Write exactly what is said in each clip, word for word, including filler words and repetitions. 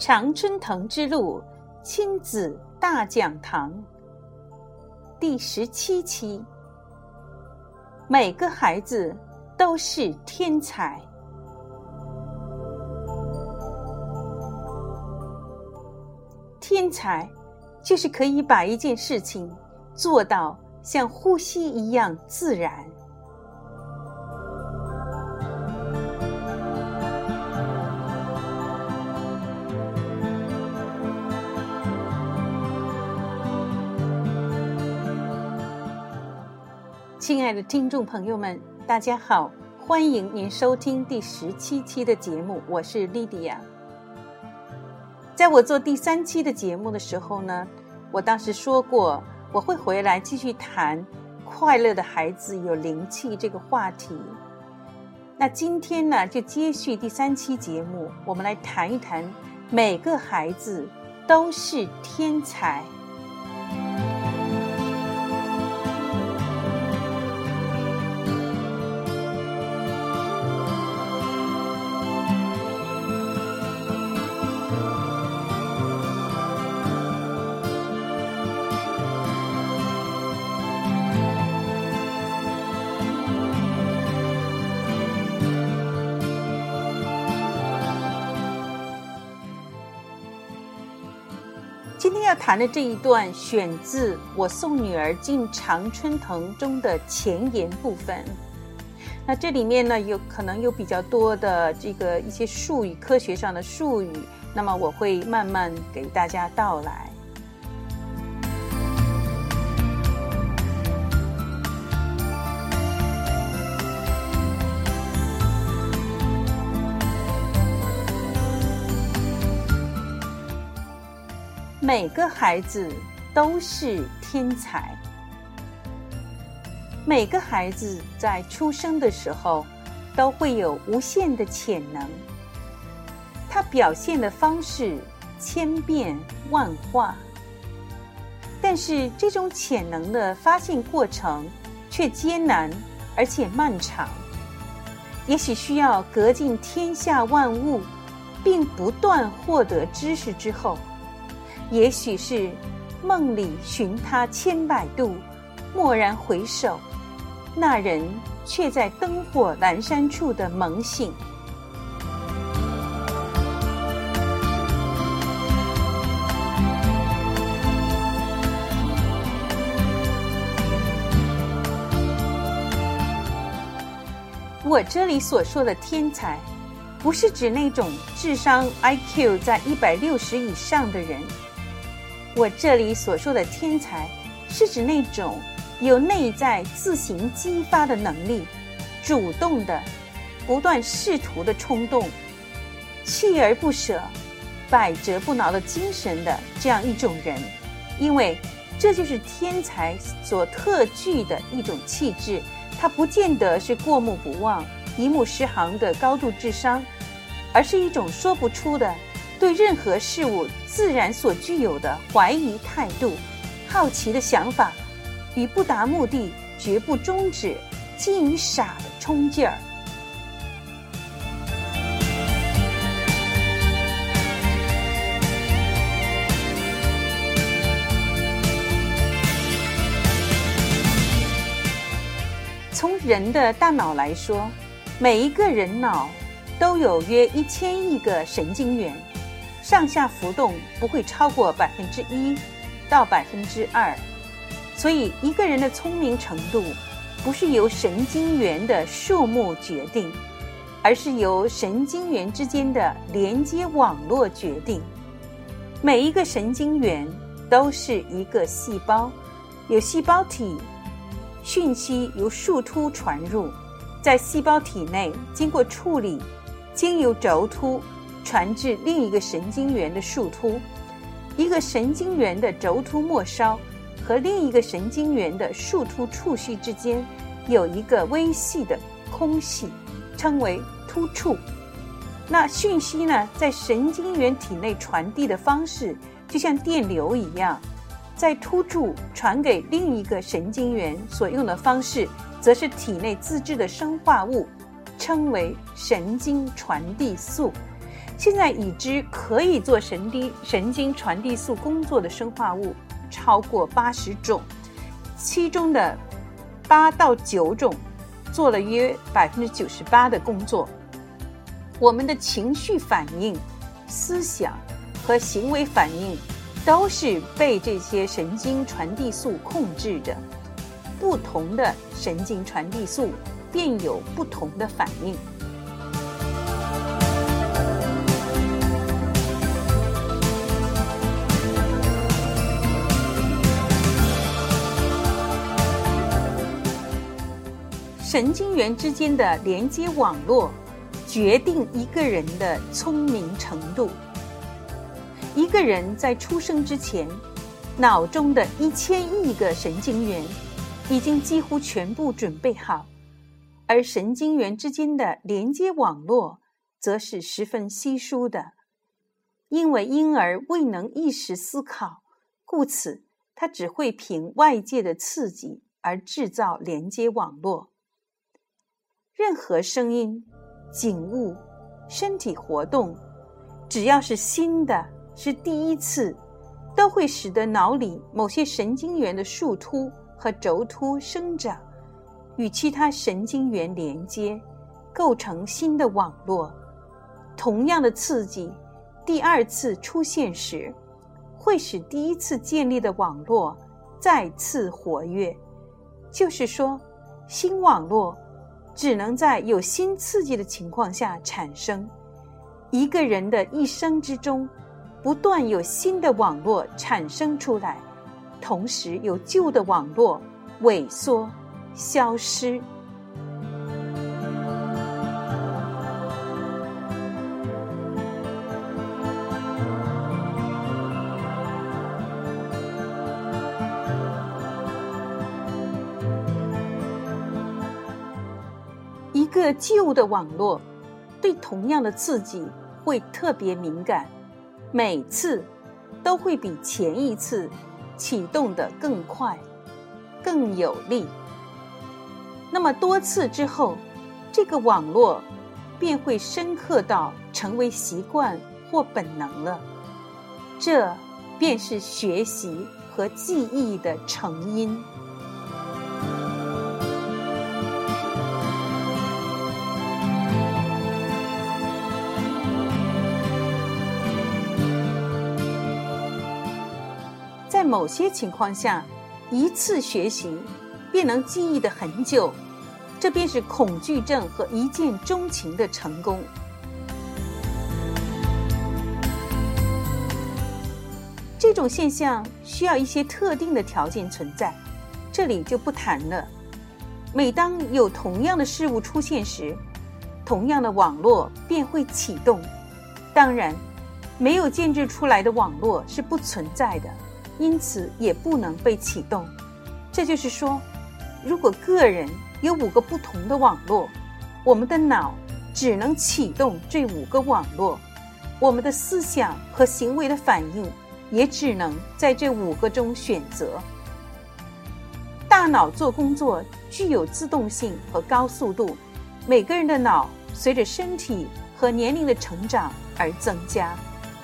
常春藤之路亲子大讲堂第十七期，每个孩子都是天才。天才就是可以把一件事情做到像呼吸一样自然。亲爱的听众朋友们，大家好，欢迎您收听第十七期的节目，我是莉迪亚。在我做第三期的节目的时候呢，我当时说过我会回来继续谈快乐的孩子有灵气这个话题。那今天呢，就接续第三期节目，我们来谈一谈每个孩子都是天才。今天要谈的这一段选自我送女儿进常春藤中的前言部分。那这里面呢，有可能有比较多的这个一些术语，科学上的术语，那么我会慢慢给大家道来。每个孩子都是天才。每个孩子在出生的时候都会有无限的潜能，他表现的方式千变万化，但是这种潜能的发现过程却艰难而且漫长，也许需要隔尽天下万物并不断获得知识之后，也许是梦里寻他千百度，蓦然回首，那人却在灯火阑珊处的猛醒。我这里所说的天才，不是指那种智商 I Q 在一百六十以上的人，我这里所说的天才，是指那种有内在自行激发的能力，主动的、不断试图的冲动，锲而不舍、百折不挠的精神的这样一种人。因为这就是天才所特具的一种气质，它不见得是过目不忘、一目十行的高度智商，而是一种说不出的对任何事物自然所具有的怀疑态度、好奇的想法与不达目的绝不终止、近于傻的冲劲儿。从人的大脑来说，每一个人脑都有约一千亿个神经元，上下浮动不会超过百分之一到百分之二，所以一个人的聪明程度不是由神经元的数目决定，而是由神经元之间的连接网络决定。每一个神经元都是一个细胞，有细胞体，讯息由树突传入，在细胞体内经过处理，经由轴突传至另一个神经元的树突，一个神经元的轴突末梢和另一个神经元的树突触须之间有一个微细的空隙，称为突触。那讯息呢，在神经元体内传递的方式就像电流一样，在突触传给另一个神经元所用的方式则是体内自制的生化物，称为神经传递素。 现在已知可以做神经神经传递素工作的生化物超过八十种，其中的八到九种做了约百分之九十八的工作。我们的情绪反应、思想和行为反应都是被这些神经传递素控制的。不同的神经传递素便有不同的反应。神经元之间的连接网络决定一个人的聪明程度。一个人在出生之前，脑中的一千亿个神经元已经几乎全部准备好，而神经元之间的连接网络则是十分稀疏的。因为婴儿未能意识思考，故此他只会凭外界的刺激而制造连接网络。任何声音、景物、身体活动，只要是新的，是第一次，都会使得脑里某些神经元的树突和轴突生长，与其他神经元连接，构成新的网络。同样的刺激，第二次出现时，会使第一次建立的网络再次活跃。就是说，新网络只能在有新刺激的情况下产生。一个人的一生之中，不断有新的网络产生出来，同时有旧的网络萎缩、消失。一个旧的网络对同样的刺激会特别敏感，每次都会比前一次启动得更快、更有力。那么多次之后，这个网络便会深刻到成为习惯或本能了。这便是学习和记忆的成因。在某些情况下，一次学习便能记忆得很久，这便是恐惧症和一见钟情的成功。这种现象需要一些特定的条件存在，这里就不谈了。每当有同样的事物出现时，同样的网络便会启动。当然，没有建制出来的网络是不存在的，因此也不能被启动。这就是说，如果个人有五个不同的网络，我们的脑只能启动这五个网络，我们的思想和行为的反应也只能在这五个中选择。大脑做工作具有自动性和高速度，每个人的脑随着身体和年龄的成长而增加。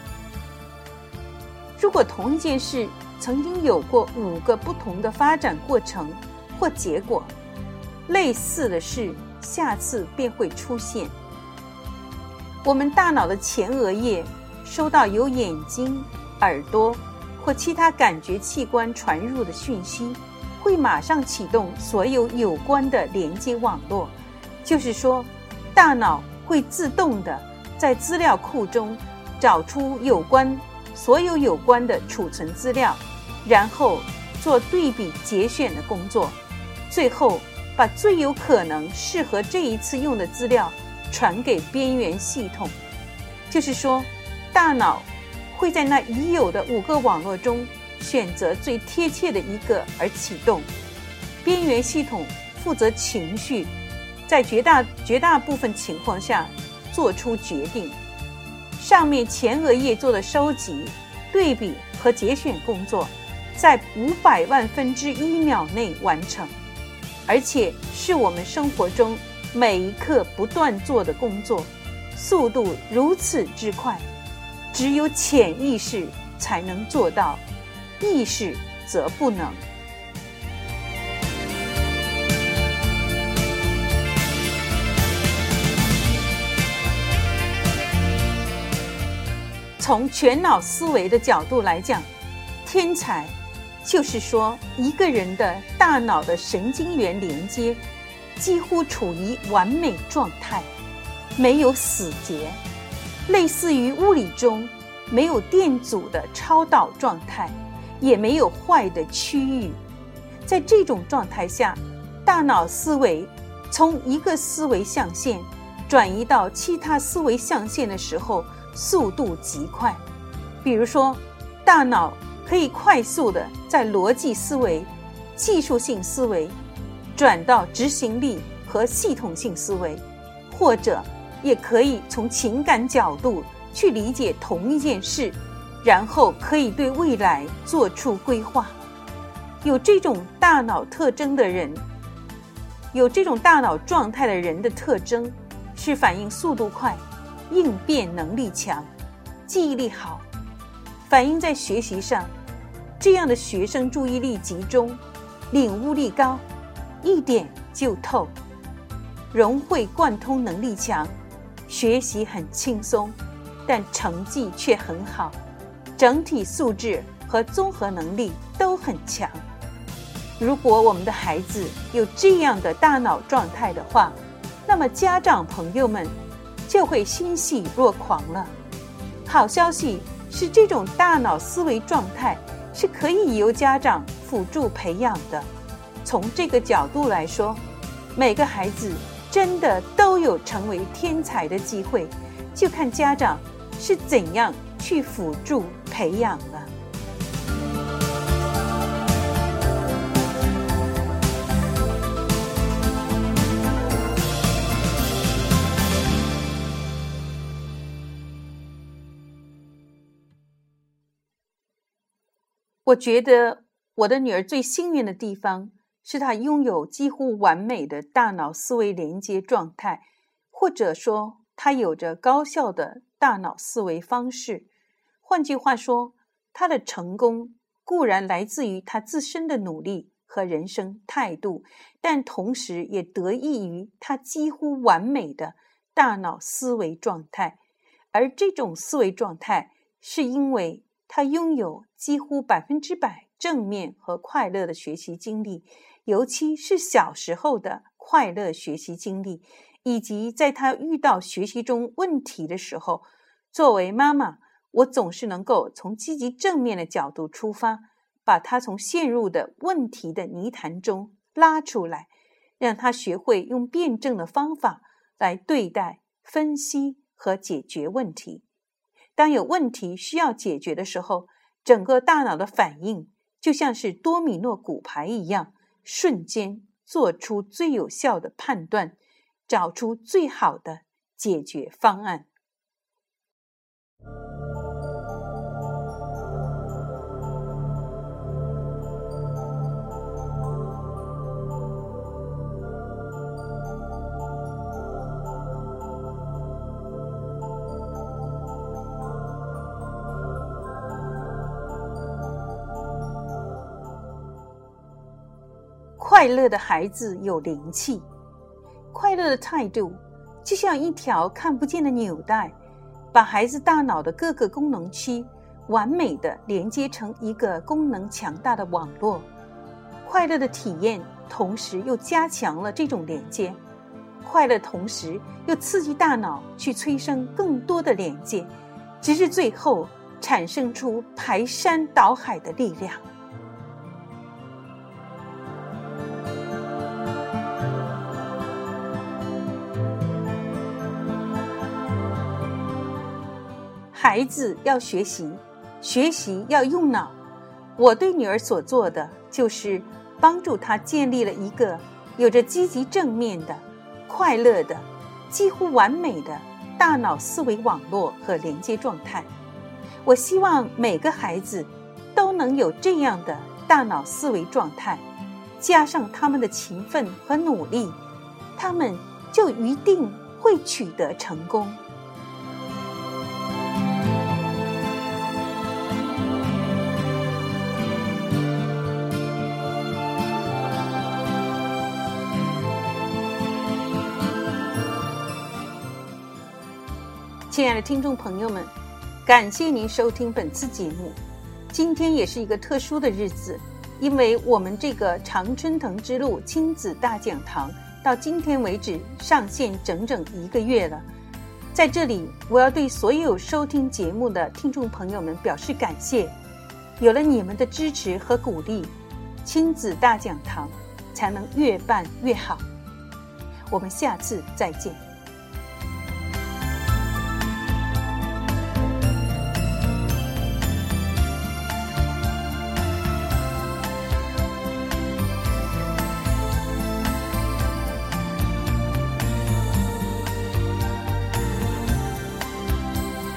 如果同一件事曾经有过五个不同的发展过程或结果，类似的事下次便会出现。我们大脑的前额叶收到由眼睛、耳朵或其他感觉器官传入的讯息，会马上启动所有有关的连接网络。就是说，大脑会自动地在资料库中找出有关所有有关的储存资料，然后做对比节选的工作，最后把最有可能适合这一次用的资料传给边缘系统。就是说，大脑会在那已有的五个网络中选择最贴切的一个而启动，边缘系统负责情绪，在绝大绝大部分情况下做出决定。上面前额叶做的收集、对比和节选工作，在五百万分之一秒内完成，而且是我们生活中每一刻不断做的工作。 速度如此之快，只有潜意识才能做到，意识则不能。从全脑思维的角度来讲，天才就是说一个人的大脑的神经元连接几乎处于完美状态，没有死结，类似于物理中没有电阻的超导状态，也没有坏的区域。在这种状态下，大脑思维从一个思维象限转移到其他思维象限的时候，速度极快。比如说，大脑可以快速的在逻辑思维、技术性思维转到执行力和系统性思维，或者也可以从情感角度去理解同一件事，然后可以对未来做出规划。有这种大脑特征的人，有这种大脑状态的人的特征是反应速度快，应变能力强，记忆力好。反映在学习上，这样的学生注意力集中，领悟力高，一点就透，融会贯通能力强，学习很轻松，但成绩却很好，整体素质和综合能力都很强。如果我们的孩子有这样的大脑状态的话，那么家长朋友们就会欣喜若狂了。好消息是，这种大脑思维状态是可以由家长辅助培养的。从这个角度来说，每个孩子真的都有成为天才的机会，就看家长是怎样去辅助培养了。我觉得我的女儿最幸运的地方是她拥有几乎完美的大脑思维连接状态，或者说她有着高效的大脑思维方式。换句话说，她的成功固然来自于她自身的努力和人生态度，但同时也得益于她几乎完美的大脑思维状态。而这种思维状态是因为他拥有几乎百分之百正面和快乐的学习经历，尤其是小时候的快乐学习经历，以及在他遇到学习中问题的时候，作为妈妈，我总是能够从积极正面的角度出发，把他从陷入的问题的泥潭中拉出来，让他学会用辩证的方法来对待、分析和解决问题。当有问题需要解决的时候，整个大脑的反应就像是多米诺骨牌一样，瞬间做出最有效的判断，找出最好的解决方案。快乐的孩子有灵气，快乐的态度就像一条看不见的纽带，把孩子大脑的各个功能区完美地连接成一个功能强大的网络。快乐的体验同时又加强了这种连接，快乐同时又刺激大脑去催生更多的连接，直至最后产生出排山倒海的力量。孩子要学习，学习要用脑。我对女儿所做的就是帮助她建立了一个有着积极正面的、快乐的、几乎完美的大脑思维网络和连接状态。我希望每个孩子都能有这样的大脑思维状态，加上他们的勤奋和努力，他们就一定会取得成功。 亲爱的听众朋友们，感谢您收听本次节目。今天也是一个特殊的日子，因为我们这个常春藤之路亲子大讲堂到今天为止上线整整一个月了。在这里，我要对所有收听节目的听众朋友们表示感谢。有了你们的支持和鼓励，亲子大讲堂才能越办越好。我们下次再见。